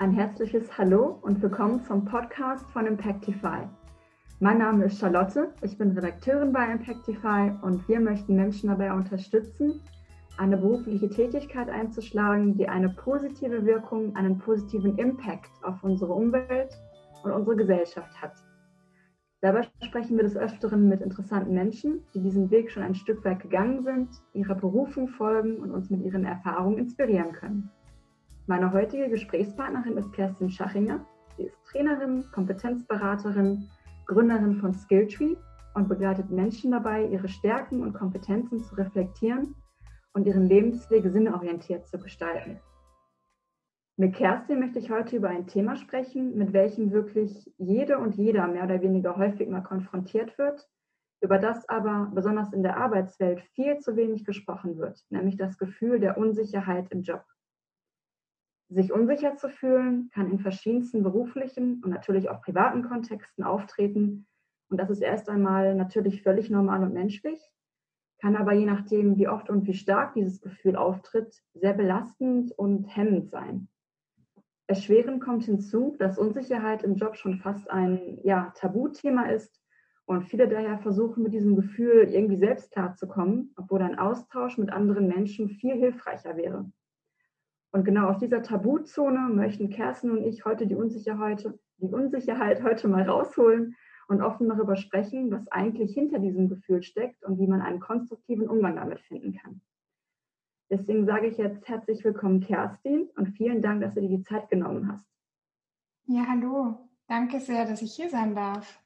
Ein herzliches Hallo und willkommen zum Podcast von Impactify. Mein Name ist Charlotte, ich bin Redakteurin bei Impactify und wir möchten Menschen dabei unterstützen, eine berufliche Tätigkeit einzuschlagen, die eine positive Wirkung, einen positiven Impact auf unsere Umwelt und unsere Gesellschaft hat. Dabei sprechen wir des Öfteren mit interessanten Menschen, die diesen Weg schon ein Stück weit gegangen sind, ihrer Berufung folgen und uns mit ihren Erfahrungen inspirieren können. Meine heutige Gesprächspartnerin ist Kerstin Schachinger. Sie ist Trainerin, Kompetenzberaterin, Gründerin von Skilltree und begleitet Menschen dabei, ihre Stärken und Kompetenzen zu reflektieren und ihren Lebensweg sinnorientiert zu gestalten. Mit Kerstin möchte ich heute über ein Thema sprechen, mit welchem wirklich jede und jeder mehr oder weniger häufig mal konfrontiert wird, über das aber besonders in der Arbeitswelt viel zu wenig gesprochen wird, nämlich das Gefühl der Unsicherheit im Job. Sich unsicher zu fühlen, kann in verschiedensten beruflichen und natürlich auch privaten Kontexten auftreten. Und das ist erst einmal natürlich völlig normal und menschlich, kann aber je nachdem, wie oft und wie stark dieses Gefühl auftritt, sehr belastend und hemmend sein. Erschwerend kommt hinzu, dass Unsicherheit im Job schon fast ein Tabuthema ist und viele daher versuchen, mit diesem Gefühl irgendwie selbst klarzukommen, obwohl ein Austausch mit anderen Menschen viel hilfreicher wäre. Und genau aus dieser Tabuzone möchten Kerstin und ich heute die Unsicherheit heute mal rausholen und offen darüber sprechen, was eigentlich hinter diesem Gefühl steckt und wie man einen konstruktiven Umgang damit finden kann. Deswegen sage ich jetzt herzlich willkommen, Kerstin, und vielen Dank, dass du dir die Zeit genommen hast. Ja, hallo. Danke sehr, dass ich hier sein darf.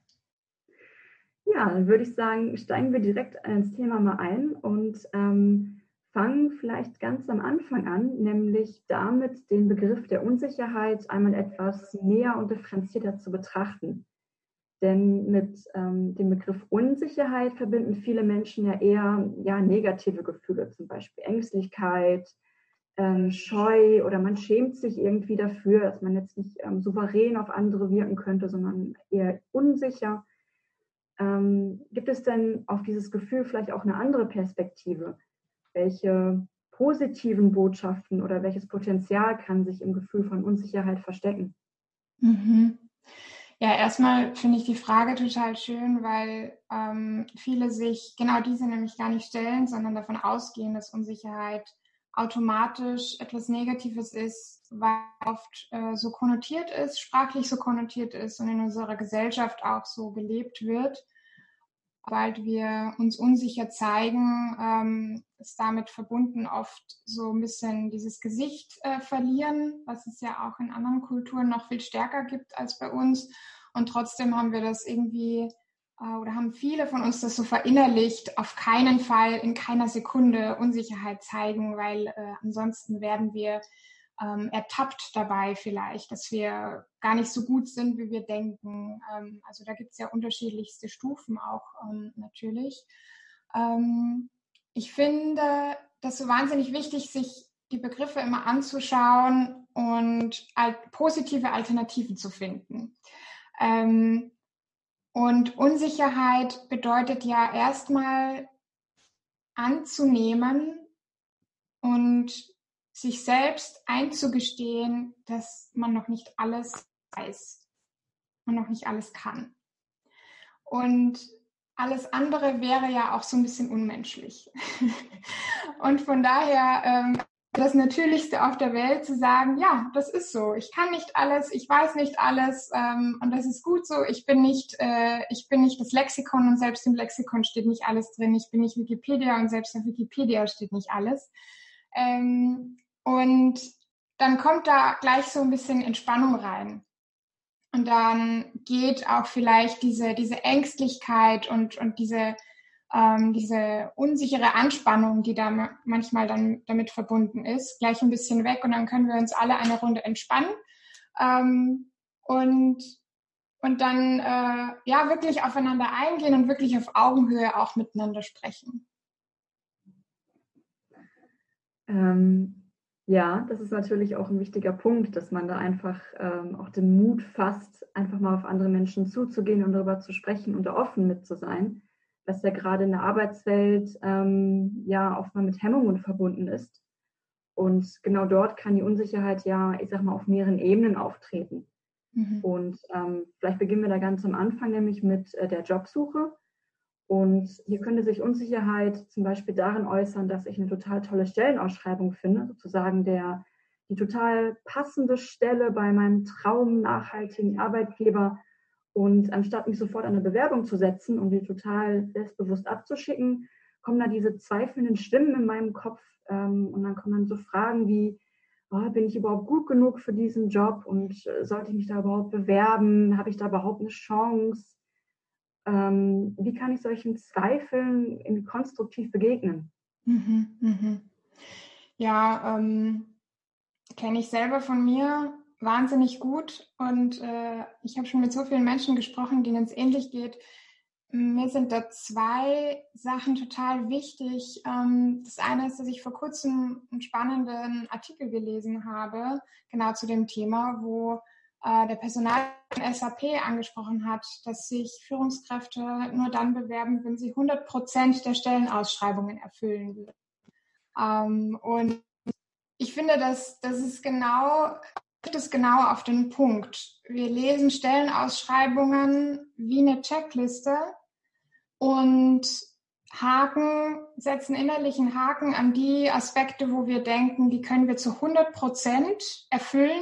Ja, dann würde ich sagen, steigen wir direkt ins Thema mal ein und fangen vielleicht ganz am Anfang an, nämlich damit, den Begriff der Unsicherheit einmal etwas näher und differenzierter zu betrachten. Denn mit dem Begriff Unsicherheit verbinden viele Menschen ja eher negative Gefühle, zum Beispiel Ängstlichkeit, Scheu oder man schämt sich irgendwie dafür, dass man jetzt nicht souverän auf andere wirken könnte, sondern eher unsicher. Gibt es denn auf dieses Gefühl vielleicht auch eine andere Perspektive? Welche positiven Botschaften oder welches Potenzial kann sich im Gefühl von Unsicherheit verstecken? Ja, erstmal finde ich die Frage total schön, weil viele sich genau diese nämlich gar nicht stellen, sondern davon ausgehen, dass Unsicherheit automatisch etwas Negatives ist, weil oft so konnotiert ist, sprachlich so konnotiert ist und in unserer Gesellschaft auch so gelebt wird. Sobald wir uns unsicher zeigen, ist damit verbunden oft so ein bisschen dieses Gesicht verlieren, was es ja auch in anderen Kulturen noch viel stärker gibt als bei uns. Und trotzdem haben wir das irgendwie, oder haben viele von uns das so verinnerlicht, auf keinen Fall in keiner Sekunde Unsicherheit zeigen, weil ansonsten werden wir ertappt dabei vielleicht, dass wir gar nicht so gut sind, wie wir denken. Also da gibt es ja unterschiedlichste Stufen auch natürlich. Ich finde das so wahnsinnig wichtig, sich die Begriffe immer anzuschauen und positive Alternativen zu finden. Und Unsicherheit bedeutet ja erstmal anzunehmen und sich selbst einzugestehen, dass man noch nicht alles weiß und noch nicht alles kann. Und alles andere wäre ja auch so ein bisschen unmenschlich. Und von daher das Natürlichste auf der Welt zu sagen, ja, das ist so. Ich kann nicht alles, ich weiß nicht alles und das ist gut so. Ich bin nicht das Lexikon und selbst im Lexikon steht nicht alles drin. Ich bin nicht Wikipedia und selbst auf Wikipedia steht nicht alles. Und dann kommt da gleich so ein bisschen Entspannung rein. Und dann geht auch vielleicht diese Ängstlichkeit und diese unsichere Anspannung, die da manchmal dann damit verbunden ist, gleich ein bisschen weg und dann können wir uns alle eine Runde entspannen und dann wirklich aufeinander eingehen und wirklich auf Augenhöhe auch miteinander sprechen. Ja, das ist natürlich auch ein wichtiger Punkt, dass man da einfach auch den Mut fasst, einfach mal auf andere Menschen zuzugehen und darüber zu sprechen und da offen mit zu sein, was ja gerade in der Arbeitswelt oft mal mit Hemmungen verbunden ist. Und genau dort kann die Unsicherheit ja, ich sag mal, auf mehreren Ebenen auftreten. Und vielleicht beginnen wir da ganz am Anfang, nämlich mit der Jobsuche. Und hier könnte sich Unsicherheit zum Beispiel darin äußern, dass ich eine total tolle Stellenausschreibung finde, sozusagen die total passende Stelle bei meinem Traum nachhaltigen Arbeitgeber. Und anstatt mich sofort an eine Bewerbung zu setzen und die total selbstbewusst abzuschicken, kommen da diese zweifelnden Stimmen in meinem Kopf. Und dann kommen dann so Fragen wie, bin ich überhaupt gut genug für diesen Job und sollte ich mich da überhaupt bewerben? Habe ich da überhaupt eine Chance? Wie kann ich solchen Zweifeln irgendwie konstruktiv begegnen? Ja, kenne ich selber von mir wahnsinnig gut und ich habe schon mit so vielen Menschen gesprochen, denen es ähnlich geht. Mir sind da zwei Sachen total wichtig. Das eine ist, dass ich vor kurzem einen spannenden Artikel gelesen habe, genau zu dem Thema, wo der Personal von SAP angesprochen hat, dass sich Führungskräfte nur dann bewerben, wenn sie 100% der Stellenausschreibungen erfüllen würden. Und ich finde, das ist trifft es genau auf den Punkt. Wir lesen Stellenausschreibungen wie eine Checkliste und setzen innerlichen Haken an die Aspekte, wo wir denken, die können wir zu 100% erfüllen.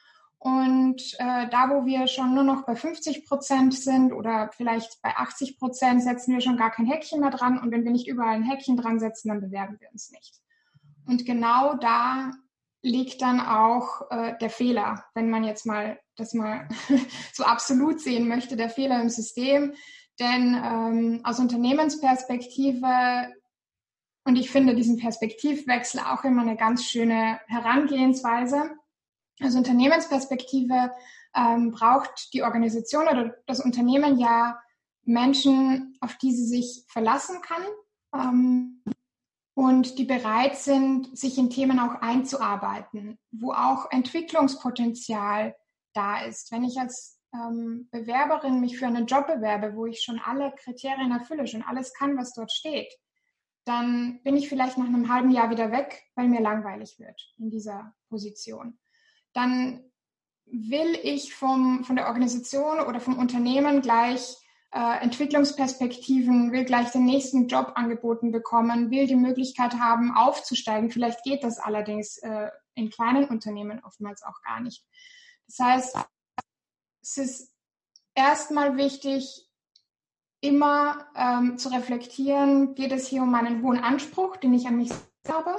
Und da, wo wir schon nur noch bei 50% sind oder vielleicht bei 80%, setzen wir schon gar kein Häkchen mehr dran. Und wenn wir nicht überall ein Häkchen dran setzen, dann bewerben wir uns nicht. Und genau da liegt dann auch der Fehler, wenn man jetzt das mal so absolut sehen möchte, der Fehler im System. Denn aus Unternehmensperspektive, und ich finde diesen Perspektivwechsel auch immer eine ganz schöne Herangehensweise, aus Unternehmensperspektive braucht die Organisation oder das Unternehmen ja Menschen, auf die sie sich verlassen kann, und die bereit sind, sich in Themen auch einzuarbeiten, wo auch Entwicklungspotenzial da ist. Wenn ich als Bewerberin mich für einen Job bewerbe, wo ich schon alle Kriterien erfülle, schon alles kann, was dort steht, dann bin ich vielleicht nach einem halben Jahr wieder weg, weil mir langweilig wird in dieser Position. Dann will ich von der Organisation oder vom Unternehmen gleich Entwicklungsperspektiven, will gleich den nächsten Job angeboten bekommen, will die Möglichkeit haben, aufzusteigen. Vielleicht geht das allerdings in kleinen Unternehmen oftmals auch gar nicht. Das heißt, es ist erstmal wichtig, immer zu reflektieren, geht es hier um einen hohen Anspruch, den ich an mich habe?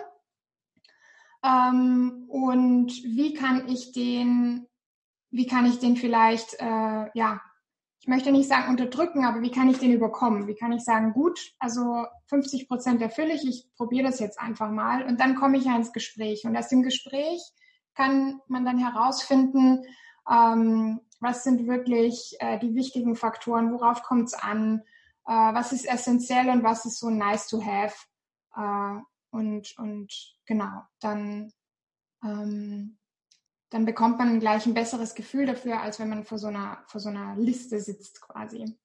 Und wie kann ich den vielleicht, ich möchte nicht sagen unterdrücken, aber wie kann ich den überkommen? Wie kann ich sagen, gut, also 50% erfülle ich probiere das jetzt einfach mal und dann komme ich ja ins Gespräch. Und aus dem Gespräch kann man dann herausfinden, was sind wirklich die wichtigen Faktoren, worauf kommt es an, was ist essentiell und was ist so nice to have. Und genau, dann bekommt man gleich ein besseres Gefühl dafür, als wenn man vor so einer Liste sitzt quasi.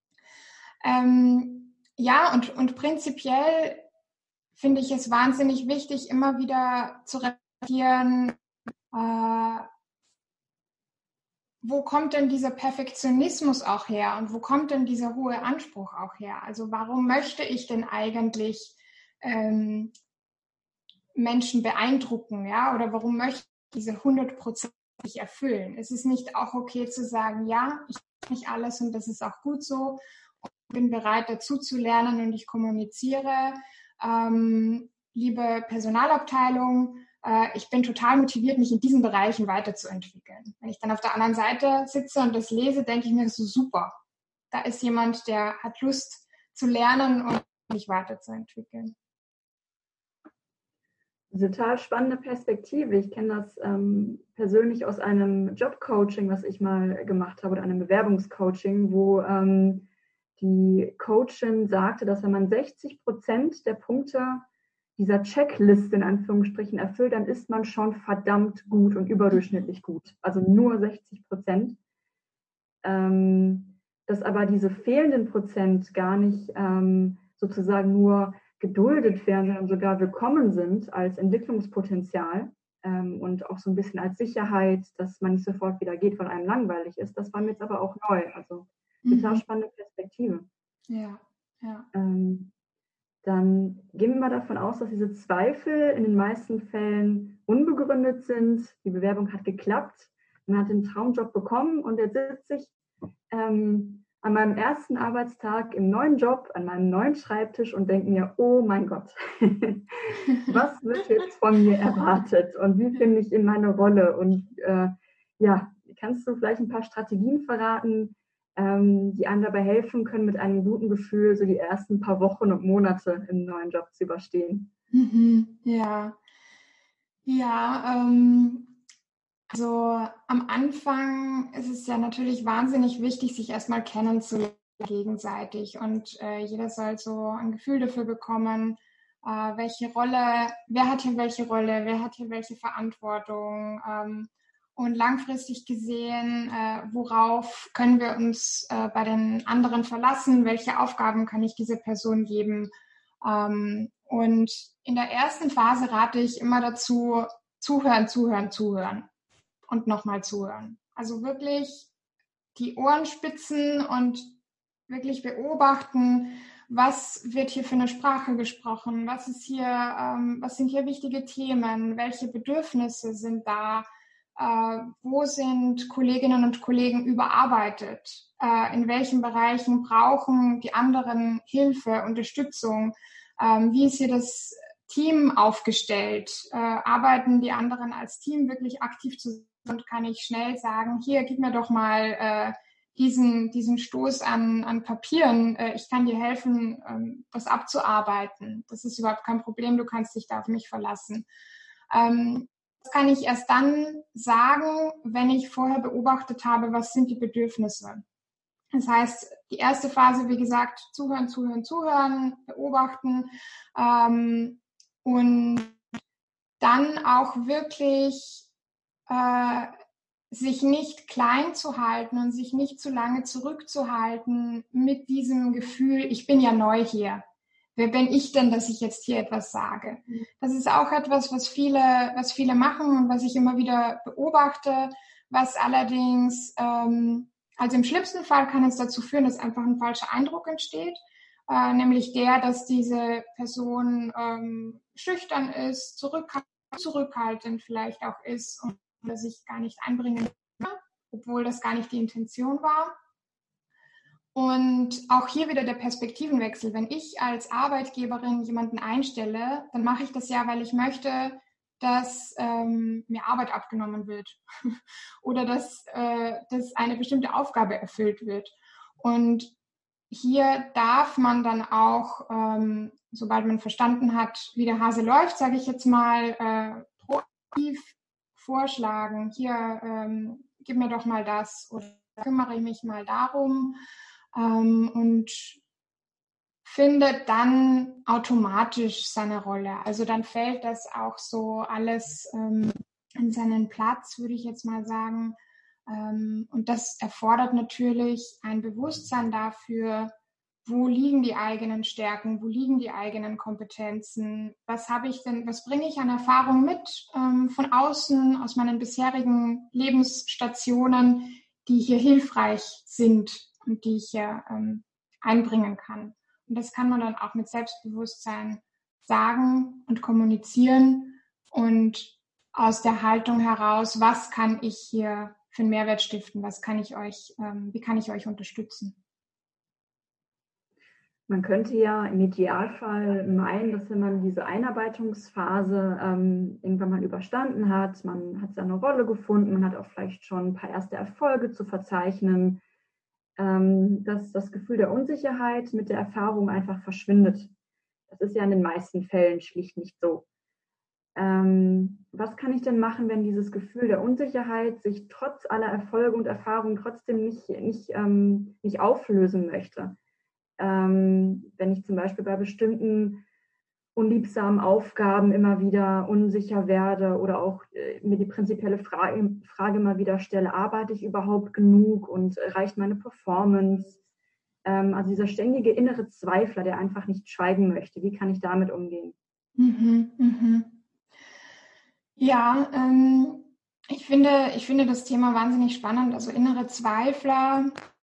Und prinzipiell finde ich es wahnsinnig wichtig, immer wieder zu reflektieren, wo kommt denn dieser Perfektionismus auch her und wo kommt denn dieser hohe Anspruch auch her? Also warum möchte ich denn eigentlich Menschen beeindrucken, ja? Oder warum möchte ich diese 100% erfüllen? Es ist nicht auch okay zu sagen, ja, ich kann nicht alles und das ist auch gut so und bin bereit dazu zu lernen und ich kommuniziere. Liebe Personalabteilung, ich bin total motiviert, mich in diesen Bereichen weiterzuentwickeln. Wenn ich dann auf der anderen Seite sitze und das lese, denke ich mir so, super, da ist jemand, der hat Lust zu lernen und mich weiterzuentwickeln. Total spannende Perspektive. Ich kenne das persönlich aus einem Jobcoaching, was ich mal gemacht habe, oder einem Bewerbungscoaching, wo die Coachin sagte, dass wenn man 60% der Punkte dieser Checkliste in Anführungsstrichen erfüllt, dann ist man schon verdammt gut und überdurchschnittlich gut. Also nur 60%. Dass aber diese fehlenden Prozent gar nicht sozusagen nur geduldet werden, sondern sogar willkommen sind als Entwicklungspotenzial und auch so ein bisschen als Sicherheit, dass man nicht sofort wieder geht, weil einem langweilig ist. Das war mir jetzt aber auch neu. Also total spannende Perspektive. Ja, ja. Dann gehen wir mal davon aus, dass diese Zweifel in den meisten Fällen unbegründet sind. Die Bewerbung hat geklappt, man hat den Traumjob bekommen und jetzt sitze ich an meinem ersten Arbeitstag im neuen Job, an meinem neuen Schreibtisch und denke mir, oh mein Gott, was wird jetzt von mir erwartet und wie finde ich in meine Rolle? Und kannst du vielleicht ein paar Strategien verraten, die einem dabei helfen können, mit einem guten Gefühl so die ersten paar Wochen und Monate im neuen Job zu überstehen? Ja, also am Anfang ist es ja natürlich wahnsinnig wichtig, sich erstmal kennenzulernen gegenseitig und jeder soll so ein Gefühl dafür bekommen, welche Rolle, wer hat hier welche Rolle, wer hat hier welche Verantwortung und langfristig gesehen, worauf können wir uns bei den anderen verlassen, welche Aufgaben kann ich dieser Person geben. Und in der ersten Phase rate ich immer dazu, zuhören und nochmal zuhören. Also wirklich die Ohren spitzen und wirklich beobachten, was wird hier für eine Sprache gesprochen, was sind hier wichtige Themen, welche Bedürfnisse sind da, wo sind Kolleginnen und Kollegen überarbeitet, in welchen Bereichen brauchen die anderen Hilfe, Unterstützung, wie ist hier das Team aufgestellt, arbeiten die anderen als Team wirklich aktiv zusammen und kann ich schnell sagen, hier, gib mir doch mal diesen Stoß an Papieren, ich kann dir helfen, das abzuarbeiten. Das ist überhaupt kein Problem, du kannst dich da auf mich verlassen. Das kann ich erst dann sagen, wenn ich vorher beobachtet habe, was sind die Bedürfnisse. Das heißt, die erste Phase, wie gesagt, zuhören, beobachten und dann auch wirklich sich nicht klein zu halten und sich nicht zu lange zurückzuhalten mit diesem Gefühl, ich bin ja neu hier. Wer bin ich denn, dass ich jetzt hier etwas sage? Das ist auch etwas, was viele machen und was ich immer wieder beobachte, was allerdings, also im schlimmsten Fall kann es dazu führen, dass einfach ein falscher Eindruck entsteht, nämlich der, dass diese Person schüchtern ist, zurückhaltend vielleicht auch ist und sich gar nicht einbringen kann, obwohl das gar nicht die Intention war. Und auch hier wieder der Perspektivenwechsel. Wenn ich als Arbeitgeberin jemanden einstelle, dann mache ich das ja, weil ich möchte, dass mir Arbeit abgenommen wird oder dass eine bestimmte Aufgabe erfüllt wird. Und hier darf man dann auch, sobald man verstanden hat, wie der Hase läuft, sage ich jetzt mal, proaktiv vorschlagen, hier, gib mir doch mal das oder kümmere ich mich mal darum und findet dann automatisch seine Rolle. Also dann fällt das auch so alles in seinen Platz, würde ich jetzt mal sagen. Und das erfordert natürlich ein Bewusstsein dafür, wo liegen die eigenen Stärken, wo liegen die eigenen Kompetenzen, was bringe ich an Erfahrung mit von außen, aus meinen bisherigen Lebensstationen, die hier hilfreich sind und die ich hier einbringen kann. Und das kann man dann auch mit Selbstbewusstsein sagen und kommunizieren und aus der Haltung heraus, was kann ich hier für einen Mehrwert stiften, wie kann ich euch unterstützen? Man könnte ja im Idealfall meinen, dass wenn man diese Einarbeitungsphase irgendwann mal überstanden hat, man hat seine Rolle gefunden, man hat auch vielleicht schon ein paar erste Erfolge zu verzeichnen, dass das Gefühl der Unsicherheit mit der Erfahrung einfach verschwindet. Das ist ja in den meisten Fällen schlicht nicht so. Was kann ich denn machen, wenn dieses Gefühl der Unsicherheit sich trotz aller Erfolge und Erfahrungen trotzdem nicht auflösen möchte? Wenn ich zum Beispiel bei bestimmten unliebsamen Aufgaben immer wieder unsicher werde oder auch mir die prinzipielle Frage immer wieder stelle, arbeite ich überhaupt genug und reicht meine Performance? Also dieser ständige innere Zweifler, der einfach nicht schweigen möchte. Wie kann ich damit umgehen? Ja, ich finde das Thema wahnsinnig spannend. Also innere Zweifler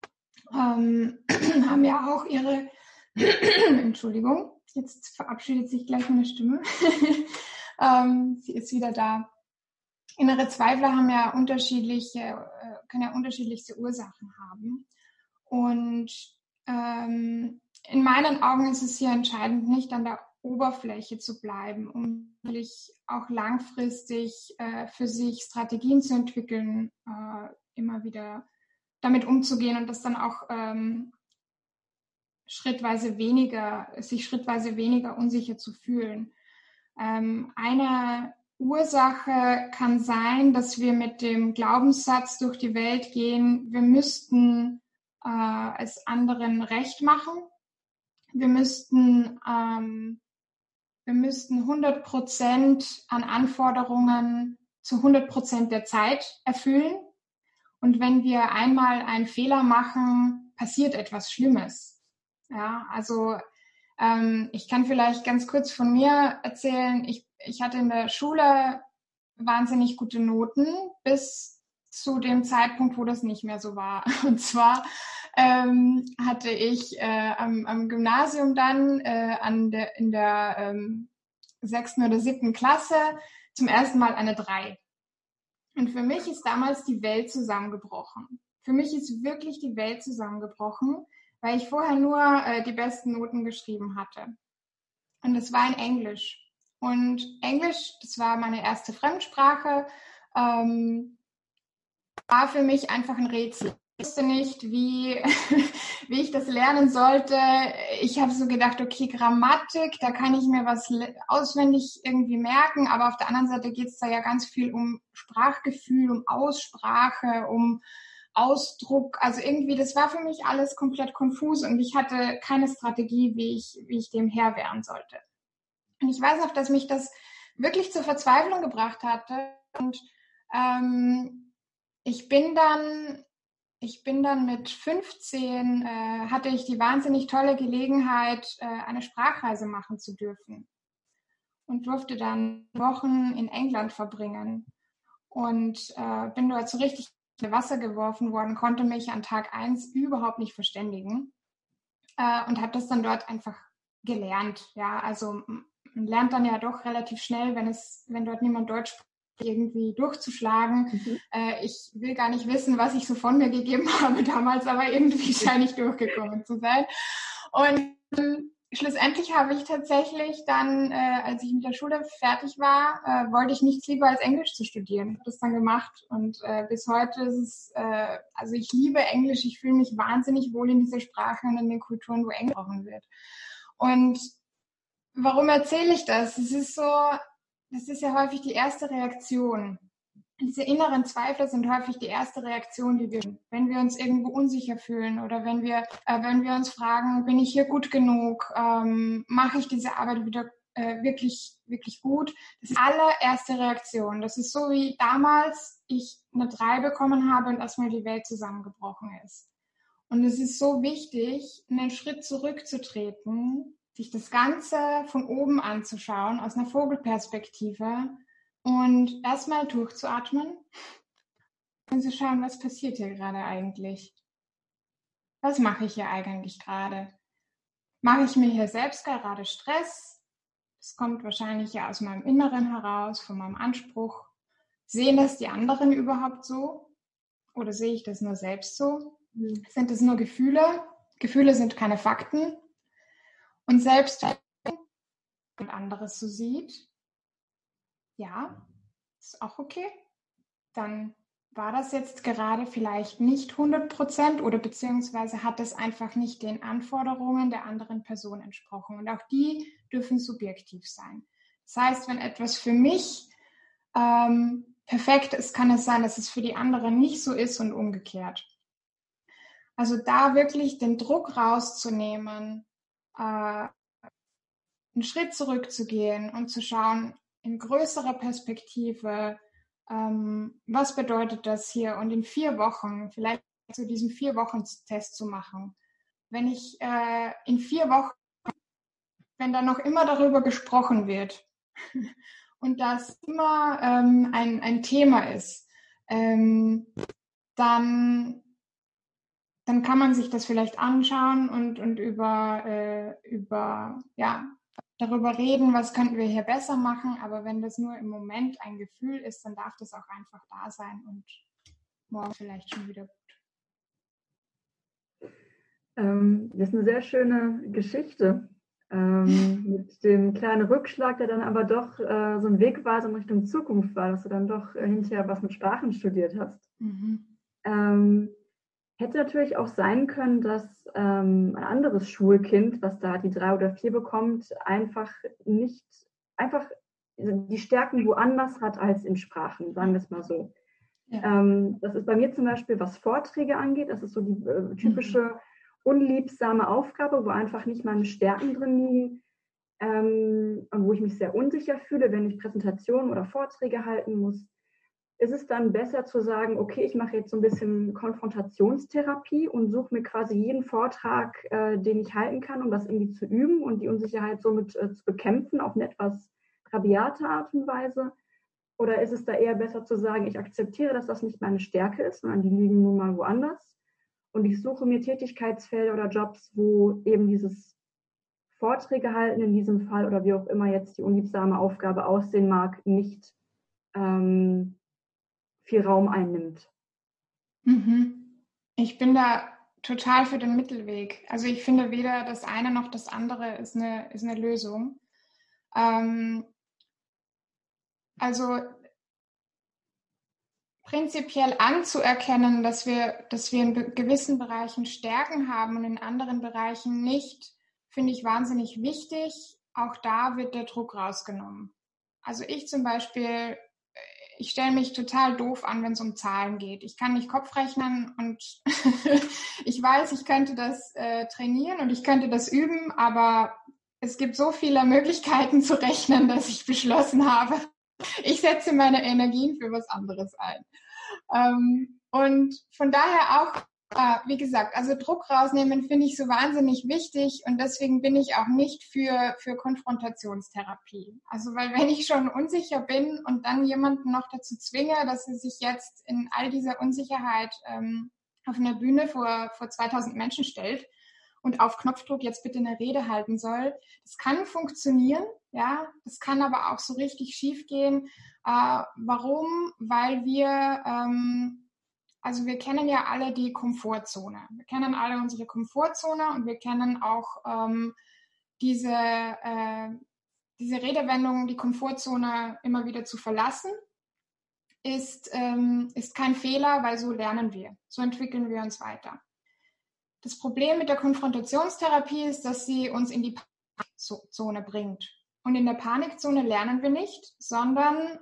haben ja auch ihre, Entschuldigung, jetzt verabschiedet sich gleich meine Stimme. Sie ist wieder da. Innere Zweifler haben ja können ja unterschiedlichste Ursachen haben. Und in meinen Augen ist es hier entscheidend, nicht an der Oberfläche zu bleiben, um wirklich auch langfristig für sich Strategien zu entwickeln, immer wieder damit umzugehen und das dann auch sich schrittweise weniger unsicher zu fühlen. Eine Ursache kann sein, dass wir mit dem Glaubenssatz durch die Welt gehen, wir müssten es anderen recht machen. Wir müssten 100% an Anforderungen zu 100% der Zeit erfüllen. Und wenn wir einmal einen Fehler machen, passiert etwas Schlimmes. Ja, also ich kann vielleicht ganz kurz von mir erzählen. Ich hatte in der Schule wahnsinnig gute Noten bis zu dem Zeitpunkt, wo das nicht mehr so war. Und zwar hatte ich am Gymnasium dann in der 6. oder 7. Klasse zum ersten Mal eine 3. Und für mich ist damals die Welt zusammengebrochen. Für mich ist wirklich die Welt zusammengebrochen, weil ich vorher nur die besten Noten geschrieben hatte. Und das war in Englisch. Und Englisch, das war meine erste Fremdsprache, war für mich einfach ein Rätsel. Ich wusste nicht, wie ich das lernen sollte. Ich habe so gedacht, okay, Grammatik, da kann ich mir was auswendig irgendwie merken, aber auf der anderen Seite geht es da ja ganz viel um Sprachgefühl, um Aussprache, um Ausdruck. Also irgendwie, das war für mich alles komplett konfus und ich hatte keine Strategie, wie ich dem Herr werden sollte. Und ich weiß noch, dass mich das wirklich zur Verzweiflung gebracht hatte. Und ich bin dann mit 15, hatte ich die wahnsinnig tolle Gelegenheit, eine Sprachreise machen zu dürfen und durfte dann Wochen in England verbringen und bin dort so richtig in Wasser geworfen worden, konnte mich an Tag 1 überhaupt nicht verständigen und habe das dann dort einfach gelernt. Ja, also man lernt dann ja doch relativ schnell, wenn dort niemand Deutsch spricht, irgendwie durchzuschlagen. Ich will gar nicht wissen, was ich so von mir gegeben habe damals, aber irgendwie scheine ich durchgekommen zu sein. Und schlussendlich habe ich tatsächlich dann, als ich mit der Schule fertig war, wollte ich nichts lieber als Englisch zu studieren. Ich habe das dann gemacht und bis heute ist es, also ich liebe Englisch, ich fühle mich wahnsinnig wohl in dieser Sprache und in den Kulturen, wo Englisch gesprochen wird. Und warum erzähle ich das? Das ist ja häufig die erste Reaktion. Diese inneren Zweifel sind häufig die erste Reaktion, die wir, wenn wir uns irgendwo unsicher fühlen oder wenn wir uns fragen, bin ich hier gut genug, mache ich diese Arbeit wieder wirklich, wirklich gut. Das ist die allererste Reaktion. Das ist so wie damals ich eine 3 bekommen habe und erstmal die Welt zusammengebrochen ist. Und es ist so wichtig, einen Schritt zurückzutreten, sich das Ganze von oben anzuschauen, aus einer Vogelperspektive und erstmal durchzuatmen und zu schauen, was passiert hier gerade eigentlich? Was mache ich hier eigentlich gerade? Mache ich mir hier selbst gerade Stress? Das kommt wahrscheinlich ja aus meinem Inneren heraus, von meinem Anspruch. Sehen das die anderen überhaupt so? Oder sehe ich das nur selbst so? Sind es nur Gefühle? Gefühle sind keine Fakten. Und selbst wenn jemand anderes so sieht, ja, ist auch okay. Dann war das jetzt gerade vielleicht nicht 100% oder beziehungsweise hat es einfach nicht den Anforderungen der anderen Person entsprochen. Und auch die dürfen subjektiv sein. Das heißt, wenn etwas für mich perfekt ist, kann es sein, dass es für die anderen nicht so ist und umgekehrt. Also da wirklich den Druck rauszunehmen, einen Schritt zurückzugehen und zu schauen, in größerer Perspektive, was bedeutet das hier? Und in 4 Wochen, vielleicht so diesen 4-Wochen-Test zu machen. wenn ich in 4 Wochen, wenn da noch immer darüber gesprochen wird und das immer ein Thema ist, dann kann man sich das vielleicht anschauen und darüber reden, was könnten wir hier besser machen. Aber wenn das nur im Moment ein Gefühl ist, dann darf das auch einfach da sein und morgen vielleicht schon wieder gut. Das ist eine sehr schöne Geschichte. Mit dem kleinen Rückschlag, der dann aber doch so ein Wegweiser in Richtung Zukunft war, dass du dann doch hinterher was mit Sprachen studiert hast. Hätte natürlich auch sein können, dass ein anderes Schulkind, was da die 3 oder 4 bekommt, einfach die Stärken woanders hat als in Sprachen, sagen wir es mal so. Ja. Das ist bei mir zum Beispiel, was Vorträge angeht, das ist so die typische unliebsame Aufgabe, wo einfach nicht meine Stärken drin liegen und wo ich mich sehr unsicher fühle, wenn ich Präsentationen oder Vorträge halten muss. Ist es dann besser zu sagen, okay, ich mache jetzt so ein bisschen Konfrontationstherapie und suche mir quasi jeden Vortrag, den ich halten kann, um das irgendwie zu üben und die Unsicherheit somit zu bekämpfen, auf eine etwas rabiate Art und Weise? Oder ist es da eher besser zu sagen, ich akzeptiere, dass das nicht meine Stärke ist, sondern die liegen nun mal woanders und ich suche mir Tätigkeitsfelder oder Jobs, wo eben dieses Vorträge halten in diesem Fall oder wie auch immer jetzt die unliebsame Aufgabe aussehen mag, nicht viel Raum einnimmt. Ich bin da total für den Mittelweg. Also ich finde, weder das eine noch das andere ist eine Lösung. Also prinzipiell anzuerkennen, dass wir in gewissen Bereichen Stärken haben und in anderen Bereichen nicht, finde ich wahnsinnig wichtig. Auch da wird der Druck rausgenommen. Also ich zum Beispiel, ich stelle mich total doof an, wenn es um Zahlen geht. Ich kann nicht Kopf rechnen und ich weiß, ich könnte das trainieren und ich könnte das üben, aber es gibt so viele Möglichkeiten zu rechnen, dass ich beschlossen habe, ich setze meine Energien für was anderes ein. Und von daher auch, wie gesagt, also Druck rausnehmen finde ich so wahnsinnig wichtig und deswegen bin ich auch nicht für Konfrontationstherapie. Also weil wenn ich schon unsicher bin und dann jemanden noch dazu zwinge, dass er sich jetzt in all dieser Unsicherheit auf einer Bühne vor 2000 Menschen stellt und auf Knopfdruck jetzt bitte eine Rede halten soll, das kann funktionieren, ja, das kann aber auch so richtig schief gehen. Warum? Weil wir wir kennen ja alle die Komfortzone. Wir kennen alle unsere Komfortzone und wir kennen auch diese Redewendung, die Komfortzone immer wieder zu verlassen, ist kein Fehler, weil so lernen wir. So entwickeln wir uns weiter. Das Problem mit der Konfrontationstherapie ist, dass sie uns in die Panikzone bringt. Und in der Panikzone lernen wir nicht, sondern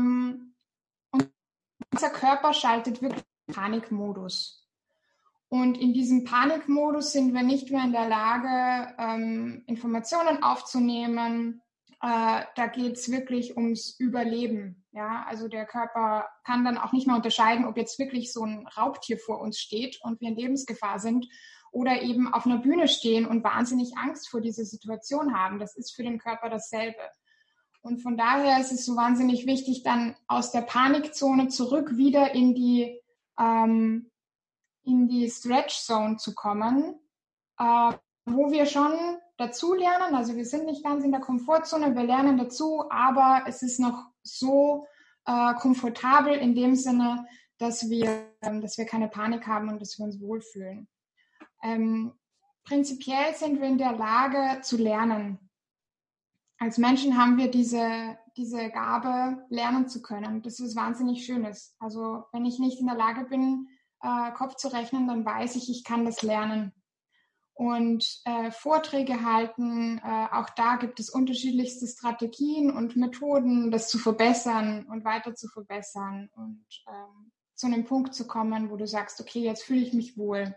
unser Körper schaltet wirklich Panikmodus. Und in diesem Panikmodus sind wir nicht mehr in der Lage, Informationen aufzunehmen. Da geht es wirklich ums Überleben. Ja? Also der Körper kann dann auch nicht mehr unterscheiden, ob jetzt wirklich so ein Raubtier vor uns steht und wir in Lebensgefahr sind oder eben auf einer Bühne stehen und wahnsinnig Angst vor dieser Situation haben. Das ist für den Körper dasselbe. Und von daher ist es so wahnsinnig wichtig, dann aus der Panikzone zurück wieder in die Stretch Zone zu kommen, wo wir schon dazu lernen. Also wir sind nicht ganz in der Komfortzone, wir lernen dazu, aber es ist noch so komfortabel in dem Sinne, dass wir keine Panik haben und dass wir uns wohlfühlen. Prinzipiell sind wir in der Lage zu lernen. Als Menschen haben wir diese Gabe, lernen zu können. Das ist wahnsinnig Schönes. Also wenn ich nicht in der Lage bin, Kopf zu rechnen, dann weiß ich, ich kann das lernen. Und Vorträge halten, auch da gibt es unterschiedlichste Strategien und Methoden, das zu verbessern und weiter zu verbessern und zu einem Punkt zu kommen, wo du sagst, okay, jetzt fühle ich mich wohl.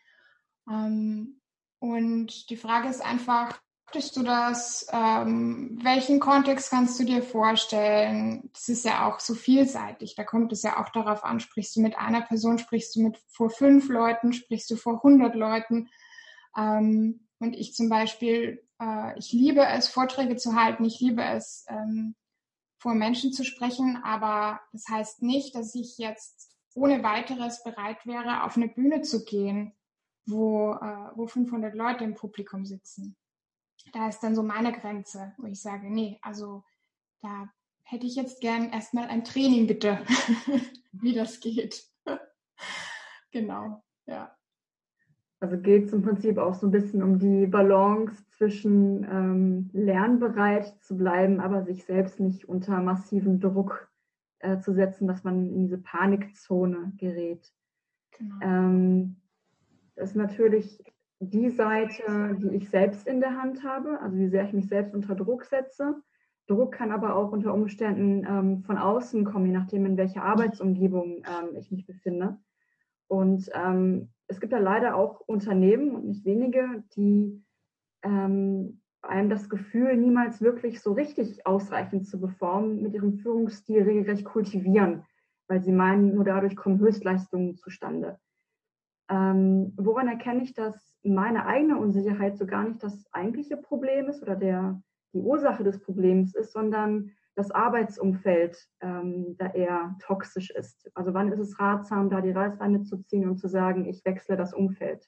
Und die Frage ist einfach, möchtest du das? Welchen Kontext kannst du dir vorstellen? Das ist ja auch so vielseitig. Da kommt es ja auch darauf an, sprichst du mit einer Person, sprichst du vor 5 Leuten, sprichst du vor 100 Leuten? Und ich zum Beispiel, ich liebe es, Vorträge zu halten, ich liebe es, vor Menschen zu sprechen, aber das heißt nicht, dass ich jetzt ohne weiteres bereit wäre, auf eine Bühne zu gehen, wo 500 Leute im Publikum sitzen. Da ist dann so meine Grenze, wo ich sage, nee, also da hätte ich jetzt gern erstmal ein Training, bitte, wie das geht. Genau, ja. Also geht es im Prinzip auch so ein bisschen um die Balance zwischen lernbereit zu bleiben, aber sich selbst nicht unter massiven Druck zu setzen, dass man in diese Panikzone gerät. Genau. Das ist natürlich die Seite, die ich selbst in der Hand habe, also wie sehr ich mich selbst unter Druck setze. Druck kann aber auch unter Umständen von außen kommen, je nachdem, in welcher Arbeitsumgebung ich mich befinde. Und es gibt ja leider auch Unternehmen und nicht wenige, die einem das Gefühl, niemals wirklich so richtig ausreichend zu performen, mit ihrem Führungsstil regelrecht kultivieren, weil sie meinen, nur dadurch kommen Höchstleistungen zustande. Woran erkenne ich, dass meine eigene Unsicherheit so gar nicht das eigentliche Problem ist oder die Ursache des Problems ist, sondern das Arbeitsumfeld da eher toxisch ist. Also wann ist es ratsam, da die Reißleine zu ziehen und zu sagen, ich wechsle das Umfeld?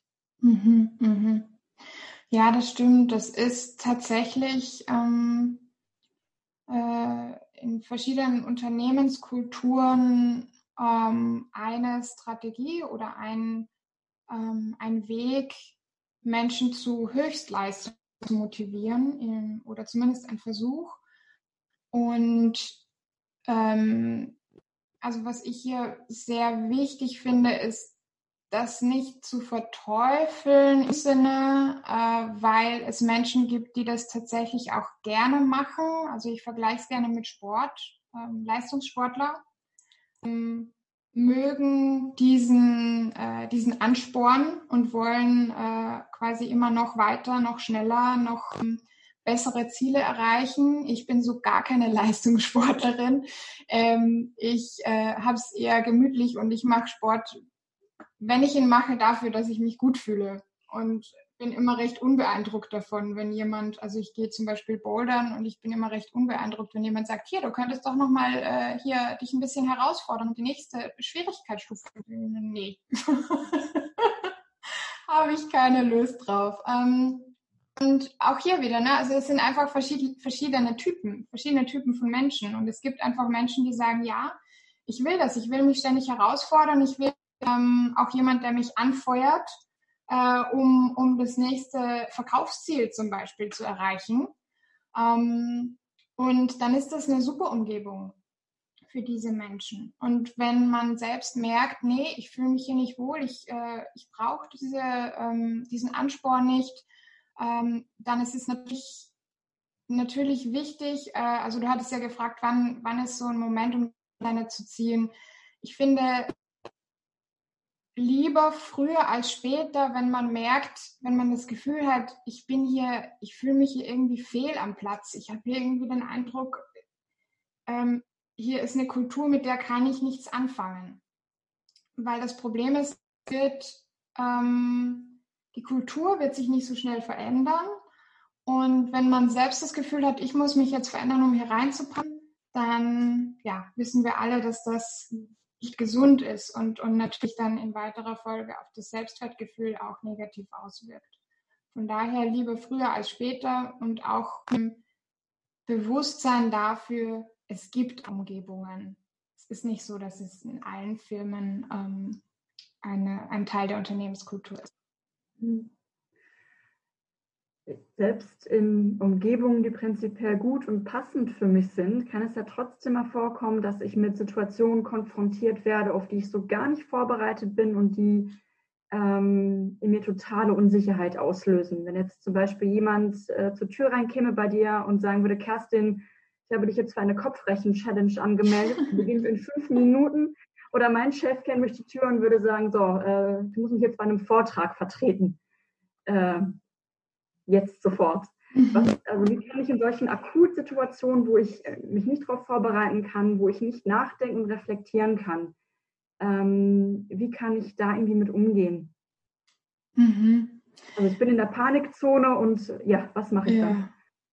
Ja, das stimmt. Das ist tatsächlich in verschiedenen Unternehmenskulturen eine Strategie oder ein Weg, Menschen zu Höchstleistung zu motivieren oder zumindest ein Versuch. Und also was ich hier sehr wichtig finde, ist, das nicht zu verteufeln im Sinne, weil es Menschen gibt, die das tatsächlich auch gerne machen. Also ich vergleiche es gerne mit Sport. Leistungssportler mögen diesen Ansporn und wollen quasi immer noch weiter, noch schneller, noch bessere Ziele erreichen. Ich bin so gar keine Leistungssportlerin. Ich habe es eher gemütlich und ich mache Sport, wenn ich ihn mache, dafür, dass ich mich gut fühle. Und bin immer recht unbeeindruckt davon, wenn jemand, also ich gehe zum Beispiel bouldern und ich bin immer recht unbeeindruckt, wenn jemand sagt, hier, du könntest doch nochmal hier dich ein bisschen herausfordern und die nächste Schwierigkeitsstufe. Nee. Habe ich keine Lust drauf. Und auch hier wieder, ne? Also es sind einfach verschiedene Typen von Menschen. Und es gibt einfach Menschen, die sagen, ja, ich will das, ich will mich ständig herausfordern, ich will auch jemand, der mich anfeuert, um das nächste Verkaufsziel zum Beispiel zu erreichen. Und dann ist das eine super Umgebung für diese Menschen. Und wenn man selbst merkt, nee, ich fühle mich hier nicht wohl, ich brauche diesen Ansporn nicht, dann ist es natürlich wichtig, also du hattest ja gefragt, wann ist so ein Moment, um Leine zu ziehen. Ich finde, lieber früher als später, wenn man merkt, wenn man das Gefühl hat, ich fühle mich hier irgendwie fehl am Platz. Ich habe hier irgendwie den Eindruck, hier ist eine Kultur, mit der kann ich nichts anfangen. Weil das Problem ist, die Kultur wird sich nicht so schnell verändern. Und wenn man selbst das Gefühl hat, ich muss mich jetzt verändern, um hier reinzupassen, dann wissen wir alle, dass das nicht gesund ist und natürlich dann in weiterer Folge auf das Selbstwertgefühl auch negativ auswirkt. Von daher lieber früher als später und auch im Bewusstsein dafür, es gibt Umgebungen. Es ist nicht so, dass es in allen Firmen ein Teil der Unternehmenskultur ist. Selbst in Umgebungen, die prinzipiell gut und passend für mich sind, kann es ja trotzdem mal vorkommen, dass ich mit Situationen konfrontiert werde, auf die ich so gar nicht vorbereitet bin und die in mir totale Unsicherheit auslösen. Wenn jetzt zum Beispiel jemand zur Tür reinkäme bei dir und sagen würde, Kerstin, ich habe dich jetzt für eine Kopfrechen-Challenge angemeldet, die beginnt in 5 Minuten. Oder mein Chef käme durch die Tür und würde sagen, so, du musst mich jetzt bei einem Vortrag vertreten. Jetzt sofort. Also wie kann ich in solchen Akutsituationen, wo ich mich nicht darauf vorbereiten kann, wo ich nicht nachdenken und reflektieren kann, wie kann ich da irgendwie mit umgehen? Also ich bin in der Panikzone und ja, was mache ich dann?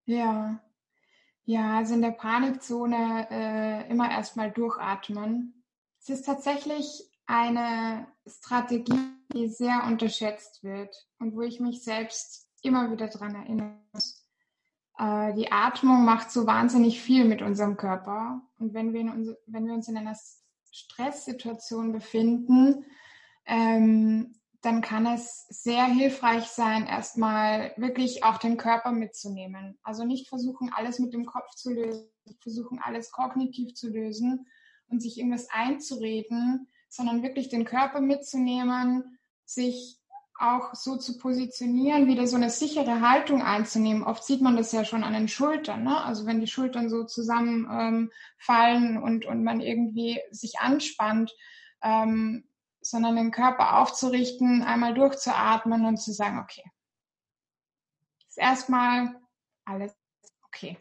Ja, also in der Panikzone immer erstmal durchatmen. Es ist tatsächlich eine Strategie, die sehr unterschätzt wird und wo ich mich selbst immer wieder dran erinnern muss. Die Atmung macht so wahnsinnig viel mit unserem Körper. Und wenn wir uns in einer Stresssituation befinden, dann kann es sehr hilfreich sein, erstmal wirklich auch den Körper mitzunehmen. Also nicht versuchen, alles mit dem Kopf zu lösen, versuchen, alles kognitiv zu lösen und sich irgendwas einzureden, sondern wirklich den Körper mitzunehmen, sich auch so zu positionieren, wieder so eine sichere Haltung einzunehmen. Oft sieht man das ja schon an den Schultern, ne? Also wenn die Schultern so zusammenfallen und man irgendwie sich anspannt, sondern den Körper aufzurichten, einmal durchzuatmen und zu sagen, okay, ist erstmal alles okay.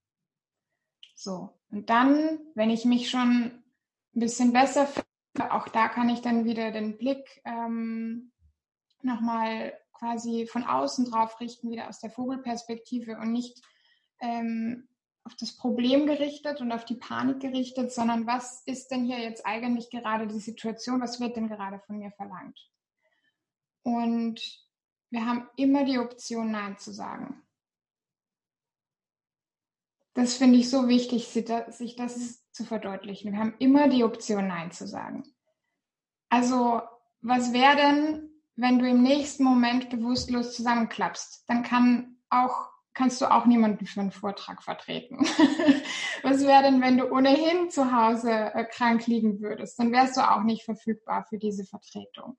So, und dann, wenn ich mich schon ein bisschen besser fühle, auch da kann ich dann wieder den Blick nochmal quasi von außen drauf richten, wieder aus der Vogelperspektive und nicht auf das Problem gerichtet und auf die Panik gerichtet, sondern was ist denn hier jetzt eigentlich gerade die Situation, was wird denn gerade von mir verlangt? Und wir haben immer die Option, Nein zu sagen. Das finde ich so wichtig, sich das zu verdeutlichen. Wir haben immer die Option, Nein zu sagen. Also, was wäre denn, wenn du im nächsten Moment bewusstlos zusammenklappst? Dann kannst du auch niemanden für einen Vortrag vertreten. Was wäre denn, wenn du ohnehin zu Hause krank liegen würdest? Dann wärst du auch nicht verfügbar für diese Vertretung.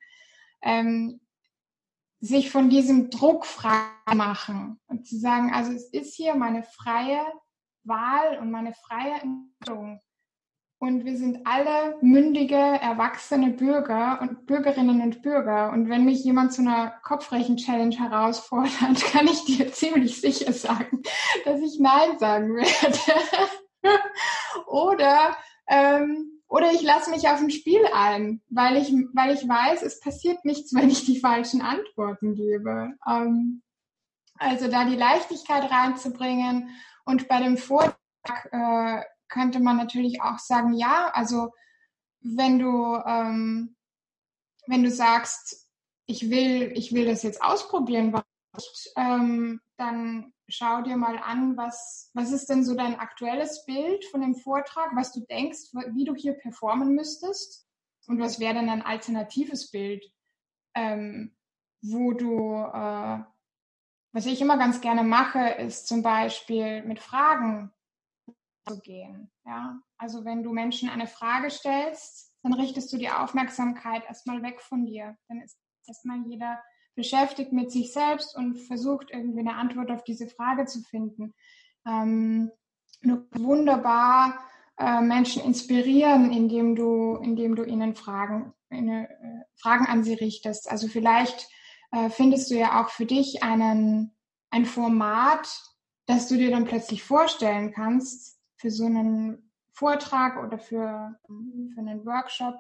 Sich von diesem Druck frei machen und zu sagen, also es ist hier meine freie Wahl und meine freie Entscheidung. Und wir sind alle mündige, erwachsene Bürger und Bürgerinnen und Bürger. Und wenn mich jemand zu einer Kopfrechen-Challenge herausfordert, kann ich dir ziemlich sicher sagen, dass ich Nein sagen werde. Oder ich lasse mich auf ein Spiel ein, weil ich weiß, es passiert nichts, wenn ich die falschen Antworten gebe. Also da die Leichtigkeit reinzubringen. Und bei dem Vortrag könnte man natürlich auch sagen, ja, also wenn du sagst, ich will das jetzt ausprobieren, dann schau dir mal an, was ist denn so dein aktuelles Bild von dem Vortrag, was du denkst, wie du hier performen müsstest und was wäre denn ein alternatives Bild, wo du, was ich immer ganz gerne mache, ist zum Beispiel mit Fragen zu gehen. Ja? Also wenn du Menschen eine Frage stellst, dann richtest du die Aufmerksamkeit erstmal weg von dir. Dann ist erstmal jeder beschäftigt mit sich selbst und versucht irgendwie eine Antwort auf diese Frage zu finden. Du wunderbar Menschen inspirieren, indem du ihnen Fragen an sie richtest. Also vielleicht findest du ja auch für dich ein Format, das du dir dann plötzlich vorstellen kannst für so einen Vortrag oder für einen Workshop,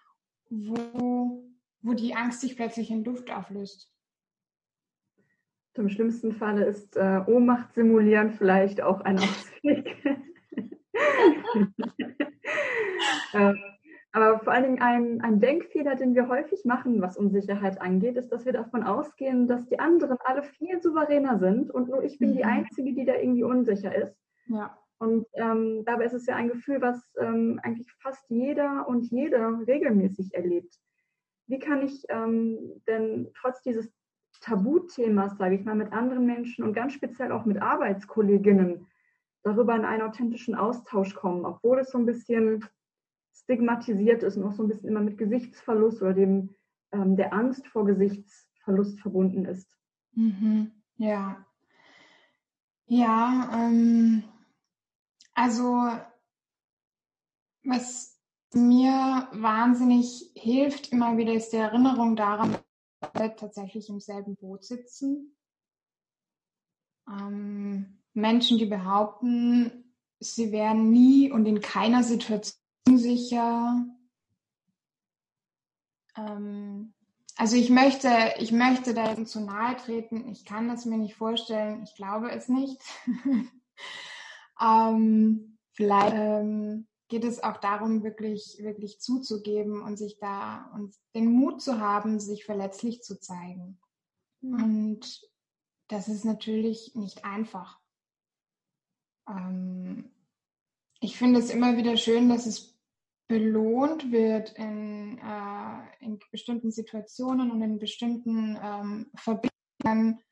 wo die Angst sich plötzlich in Luft auflöst. Im schlimmsten Falle ist Ohnmacht simulieren vielleicht auch ein Ausweg. Aber vor allen Dingen ein Denkfehler, den wir häufig machen, was Unsicherheit angeht, ist, dass wir davon ausgehen, dass die anderen alle viel souveräner sind und nur ich bin die Einzige, die da irgendwie unsicher ist. Ja. Und dabei ist es ja ein Gefühl, was eigentlich fast jeder und jede regelmäßig erlebt. Wie kann ich denn trotz dieses Tabuthemas, sage ich mal, mit anderen Menschen und ganz speziell auch mit Arbeitskolleginnen darüber in einen authentischen Austausch kommen, obwohl es so ein bisschen stigmatisiert ist und auch so ein bisschen immer mit Gesichtsverlust oder der Angst vor Gesichtsverlust verbunden ist. Ja. Ja, also was mir wahnsinnig hilft immer wieder ist die Erinnerung daran, dass wir tatsächlich im selben Boot sitzen. Menschen, die behaupten, sie wären nie und in keiner Situation sicher. Also ich möchte da jetzt zu nahe treten. Ich kann es mir nicht vorstellen. Ich glaube es nicht. Vielleicht geht es auch darum, wirklich, wirklich zuzugeben und und den Mut zu haben, sich verletzlich zu zeigen. Und das ist natürlich nicht einfach. Ich finde es immer wieder schön, dass es belohnt wird in bestimmten Situationen und in bestimmten Verbindungen,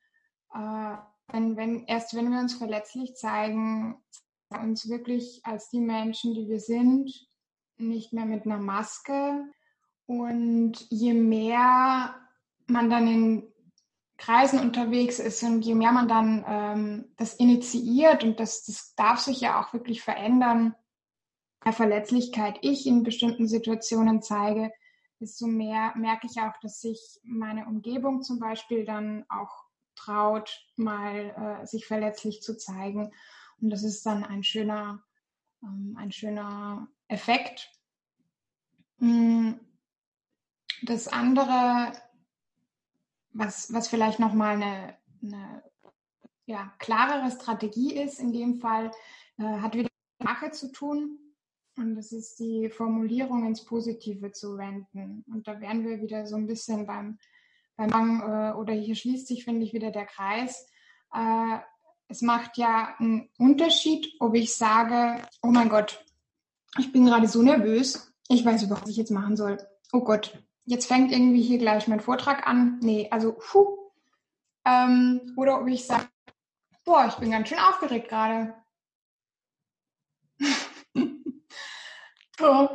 wenn wir uns verletzlich zeigen, uns wirklich als die Menschen, die wir sind, nicht mehr mit einer Maske. Und je mehr man dann in Kreisen unterwegs ist und je mehr man dann das initiiert, und das darf sich ja auch wirklich verändern, der Verletzlichkeit ich in bestimmten Situationen zeige, desto mehr merke ich auch, dass sich meine Umgebung zum Beispiel dann auch traut, mal sich verletzlich zu zeigen. Und das ist dann ein schöner Effekt. Das andere, was vielleicht nochmal eine klarere Strategie ist, in dem Fall, hat wieder mit Sprache zu tun. Und das ist die Formulierung ins Positive zu wenden. Und da wären wir wieder so ein bisschen beim oder hier schließt sich, finde ich, wieder der Kreis. Es macht ja einen Unterschied, ob ich sage, oh mein Gott, ich bin gerade so nervös, ich weiß überhaupt nicht, was ich jetzt machen soll. Oh Gott, jetzt fängt irgendwie hier gleich mein Vortrag an. Nee, also oder ob ich sage, boah, ich bin ganz schön aufgeregt gerade. So,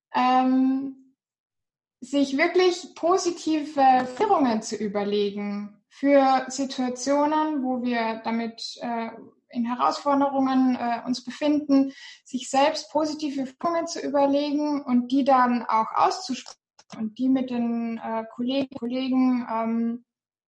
sich wirklich positive Führungen zu überlegen für Situationen, wo wir damit in Herausforderungen uns befinden, sich selbst positive Führungen zu überlegen und die dann auch auszusprechen und die mit den Kollegen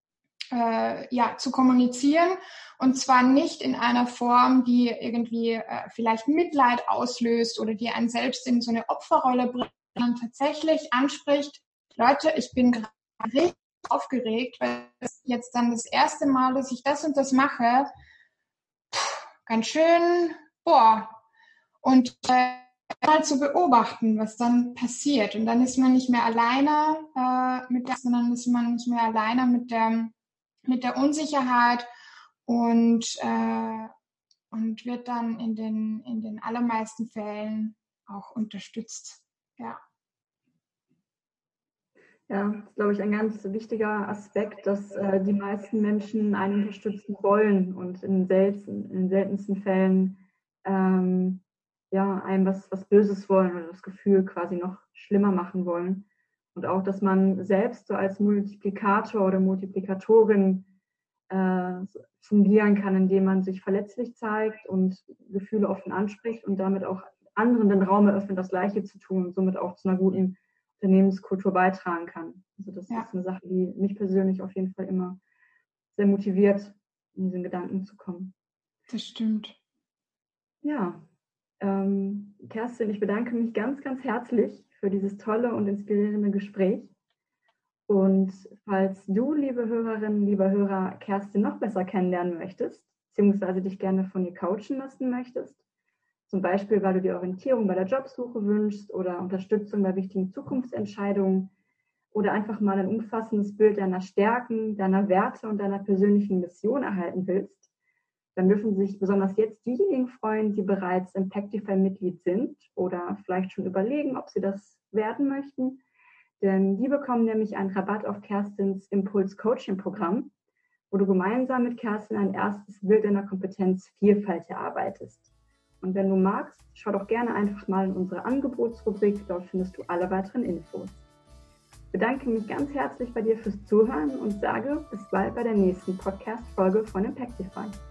zu kommunizieren, und zwar nicht in einer Form, die irgendwie vielleicht Mitleid auslöst oder die einen selbst in so eine Opferrolle bringt, sondern tatsächlich anspricht, Leute, ich bin gerade richtig aufgeregt, weil es jetzt dann das erste Mal, dass ich das und das mache, ganz schön, und mal zu beobachten, was dann passiert. Und dann ist man nicht mehr alleine sondern ist man nicht mehr alleine mit der Unsicherheit und wird dann in den allermeisten Fällen auch unterstützt. Ja. Ja, das ist, glaube ich, ein ganz wichtiger Aspekt, dass die meisten Menschen einen unterstützen wollen und in den seltensten Fällen einem was Böses wollen oder das Gefühl quasi noch schlimmer machen wollen. Und auch, dass man selbst so als Multiplikator oder Multiplikatorin fungieren kann, indem man sich verletzlich zeigt und Gefühle offen anspricht und damit auch anderen den Raum eröffnet, das Gleiche zu tun und somit auch zu einer guten Unternehmenskultur beitragen kann. Also das ist eine Sache, die mich persönlich auf jeden Fall immer sehr motiviert, in diesen Gedanken zu kommen. Das stimmt. Ja, Kerstin, ich bedanke mich ganz, ganz herzlich für dieses tolle und inspirierende Gespräch. Und falls du, liebe Hörerinnen, lieber Hörer, Kerstin noch besser kennenlernen möchtest, beziehungsweise dich gerne von ihr coachen lassen möchtest, zum Beispiel, weil du dir Orientierung bei der Jobsuche wünschst oder Unterstützung bei wichtigen Zukunftsentscheidungen oder einfach mal ein umfassendes Bild deiner Stärken, deiner Werte und deiner persönlichen Mission erhalten willst, dann dürfen sich besonders jetzt diejenigen freuen, die bereits Impactify-Mitglied sind oder vielleicht schon überlegen, ob sie das werden möchten. Denn die bekommen nämlich einen Rabatt auf Kerstins Impuls-Coaching-Programm, wo du gemeinsam mit Kerstin ein erstes Bild deiner Kompetenzvielfalt erarbeitest. Und wenn du magst, schau doch gerne einfach mal in unsere Angebotsrubrik, dort findest du alle weiteren Infos. Ich bedanke mich ganz herzlich bei dir fürs Zuhören und sage bis bald bei der nächsten Podcast-Folge von Impactify.